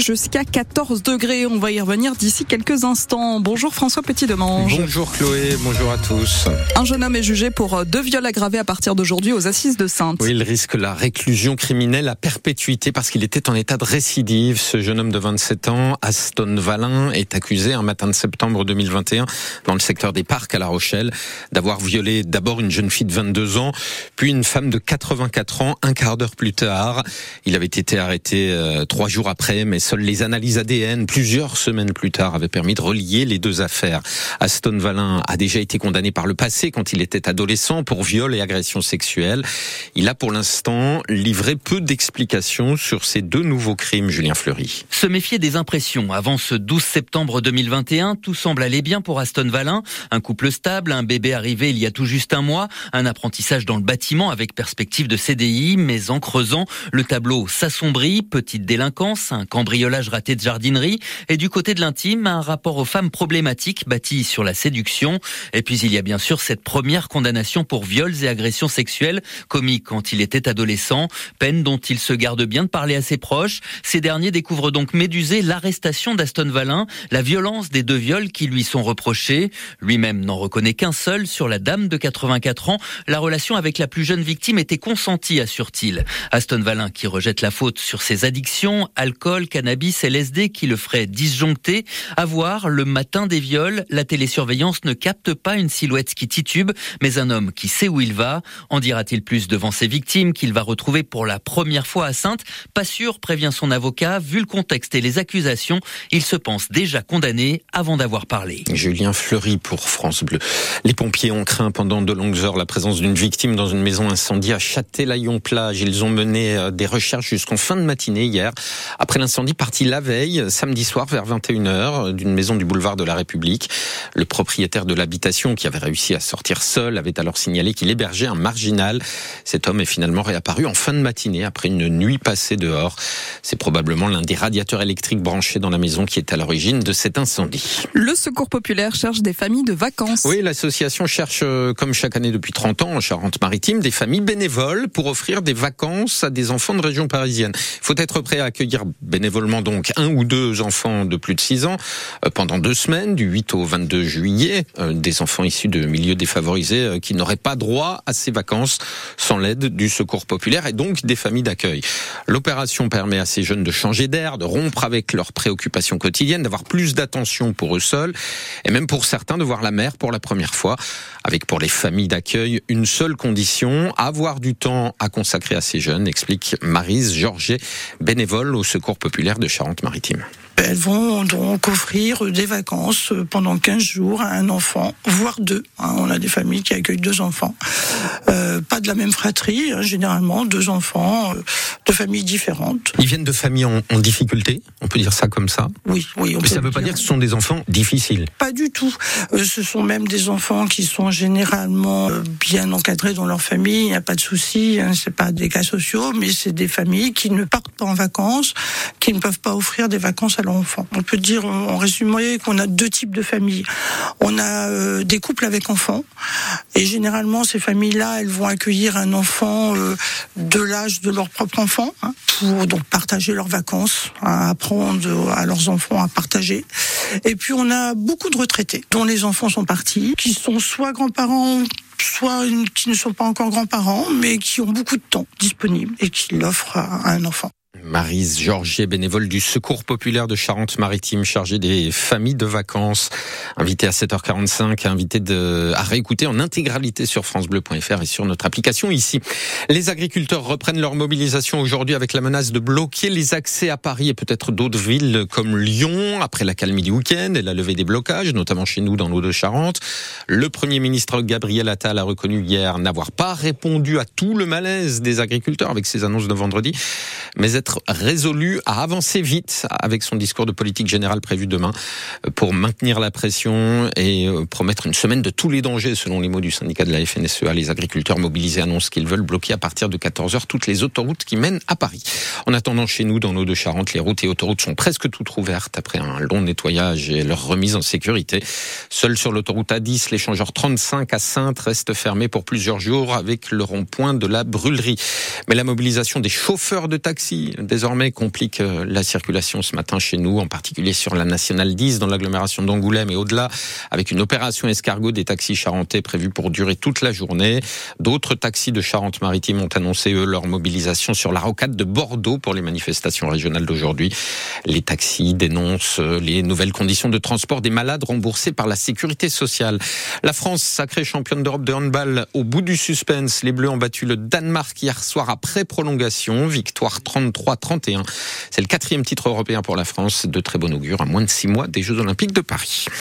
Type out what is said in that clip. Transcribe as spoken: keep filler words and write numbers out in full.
jusqu'à quatorze degrés. On va y revenir d'ici quelques instants. Bonjour François Petit-Demange. Bonjour Chloé, bonjour à tous. Un jeune homme est jugé pour deux viols aggravés à partir d'aujourd'hui aux assises de Saintes. Oui, il risque la réclusion criminelle à perpétuité parce qu'il était en état de récidive. Ce jeune homme de vingt-sept ans, Aston Valin, est accusé un matin de septembre deux mille vingt et un dans le secteur des Parcs à La Rochelle d'avoir violé d'abord une jeune fille de vingt-deux ans, puis une femme de quatre-vingt-quatre ans un quart d'heure plus tard. Il avait été arrêté euh, trois jours après, mais seules les analyses A D N, plusieurs semaines plus tard, avaient permis de relier les deux affaires. Aston Valin a déjà été condamné par le passé quand il était adolescent pour viol et agression sexuelle. Il a pour l'instant livré peu d'explications sur ces deux nouveaux crimes, Julien Fleury. Se méfier des impressions. Avant ce douze septembre deux mille vingt et un, tout semble aller bien pour Aston Valin. Un couple stable, un bébé arrivé il y a tout juste un mois, un apprentissage dans le bâtiment avec perspective de C D I, mais en creusant, le tableau s'assombrit, petite délinquance, un cambriolage raté de jardinerie, et du côté de l'intime, un rapport aux femmes problématiques bâti sur la séduction. Et puis il y a bien sûr cette première condamnation pour viols et agressions sexuelles commis quand il était adolescent, peine dont il se garde bien de parler à ses proches. Ces derniers découvrent donc médusé l'arrestation d'Aston Valin, la violence des deux viols qui lui sont reprochés. Lui-même n'en reconnaît qu'un seul sur la dame de quatre-vingt-quatre ans. La relation avec la plus jeune victime était consentie, assure-t-il. Aston Valin qui rejette la faute sur ses addictions, alcool, cannabis, L S D qui le ferait disjoncter. À voir, le matin des viols, la télésurveillance ne capte pas une silhouette qui titube, mais un homme qui sait où il va. En dira-t-il plus devant ses victimes qu'il va retrouver pour la première fois à Saintes? Pas sûr, prévient son avocat. Vu le contexte et les accusations, il se pense déjà condamné avant d'avoir parlé. Julien Fleury pour France Bleu. Les pompiers ont craint pendant de longues heures la présence d'une victime dans une maison incendiée à Châtelaillon-Plage. Ils ont mené des recherches jusqu'en fin de matinée hier. Après l'incendie parti la veille, samedi soir vers vingt et une heures, d'une maison du boulevard de la République. Le propriétaire de l'habitation, qui avait réussi à sortir seul, avait alors signalé qu'il hébergeait un marginal. Cet homme est finalement réapparu en fin de matinée après une nuit passée dehors. C'est probablement l'un des radiateurs électriques branchés dans la maison qui est à l'origine de cet incendie. Le Secours populaire cherche des familles de vacances. Oui, l'association cherche, comme chaque année depuis trente ans en Charente-Maritime, des familles bénévoles pour offrir des vacances à des enfants de région parisienne. Il faut être prêt à accueillir bénévolement donc un ou deux enfants de plus de six ans pendant deux semaines, du huit au vingt-deux juillet, des enfants issus de milieux défavorisés qui n'auraient pas droit à ces vacances sans l'aide du Secours populaire et donc des familles d'accueil. L'opération permet à ces jeunes de changer d'air, de rompre avec leurs préoccupations quotidiennes, d'avoir plus d'attention pour eux seuls et même pour certains de voir la mer pour la première fois, avec pour les familles d'accueil une seule condition, avoir du temps à consacrer à ces jeunes, explique Maryse Georget, bénévole au Secours populaire de Charente-Maritime. Elles vont donc offrir des vacances pendant quinze jours à un enfant, voire deux. On a des familles qui accueillent deux enfants. Euh, pas de la même fratrie, hein, généralement, deux enfants euh, de familles différentes. Ils viennent de familles en, en difficulté, on peut dire ça comme ça? Oui, oui. On Mais peut ça ne veut pas dire que ce sont des enfants difficiles? Pas du tout. Euh, ce sont même des enfants qui sont généralement euh, bien encadrés dans leur famille, il n'y a pas de souci, hein, c'est pas des cas sociaux, mais c'est des familles qui ne partent pas en vacances, qui ne peuvent pas offrir des vacances à l'enfant. On peut dire en résumé qu'on a deux types de familles. On a euh, des couples avec enfants et généralement ces familles-là, elles vont accueillir un enfant euh, de l'âge de leur propre enfant hein, pour donc partager leurs vacances, hein, apprendre à leurs enfants à partager. Et puis on a beaucoup de retraités dont les enfants sont partis, qui sont soit grands-parents, soit qui ne sont pas encore grands-parents, mais qui ont beaucoup de temps disponible et qui l'offrent à un enfant. Maryse Georgier, bénévole du Secours populaire de Charente-Maritime, chargée des familles de vacances, invitée à sept heures quarante-cinq, invitée de, à réécouter en intégralité sur francebleu point f r et sur notre application ici. Les agriculteurs reprennent leur mobilisation aujourd'hui avec la menace de bloquer les accès à Paris et peut-être d'autres villes comme Lyon après l'accalmie du week-end et la levée des blocages, notamment chez nous dans l'Eau de Charente. Le Premier ministre Gabriel Attal a reconnu hier n'avoir pas répondu à tout le malaise des agriculteurs avec ses annonces de vendredi, mais être résolu à avancer vite avec son discours de politique générale prévu demain pour maintenir la pression et promettre une semaine de tous les dangers selon les mots du syndicat de la F N S E A. Les agriculteurs mobilisés annoncent qu'ils veulent bloquer à partir de quatorze heures toutes les autoroutes qui mènent à Paris. En attendant, chez nous, dans l'Eau de Charente, les routes et autoroutes sont presque toutes ouvertes après un long nettoyage et leur remise en sécurité. Seul sur l'autoroute A dix, l'échangeur trente-cinq à Saintes reste fermé pour plusieurs jours avec le rond-point de la Brûlerie. Mais la mobilisation des chauffeurs de taxi désormais complique la circulation ce matin chez nous, en particulier sur la nationale dix dans l'agglomération d'Angoulême et au-delà, avec une opération escargot des taxis charentais prévue pour durer toute la journée. D'autres taxis de Charente-Maritime ont annoncé, eux, leur mobilisation sur la rocade de Bordeaux pour les manifestations régionales d'aujourd'hui. Les taxis dénoncent les nouvelles conditions de transport des malades remboursés par la sécurité sociale. La France, sacrée championne d'Europe de handball, au bout du suspense, les Bleus ont battu le Danemark hier soir après prolongation, victoire trente-trois à trente et un. C'est le quatrième titre européen pour la France, de très bon augure à moins de six mois des Jeux Olympiques de Paris.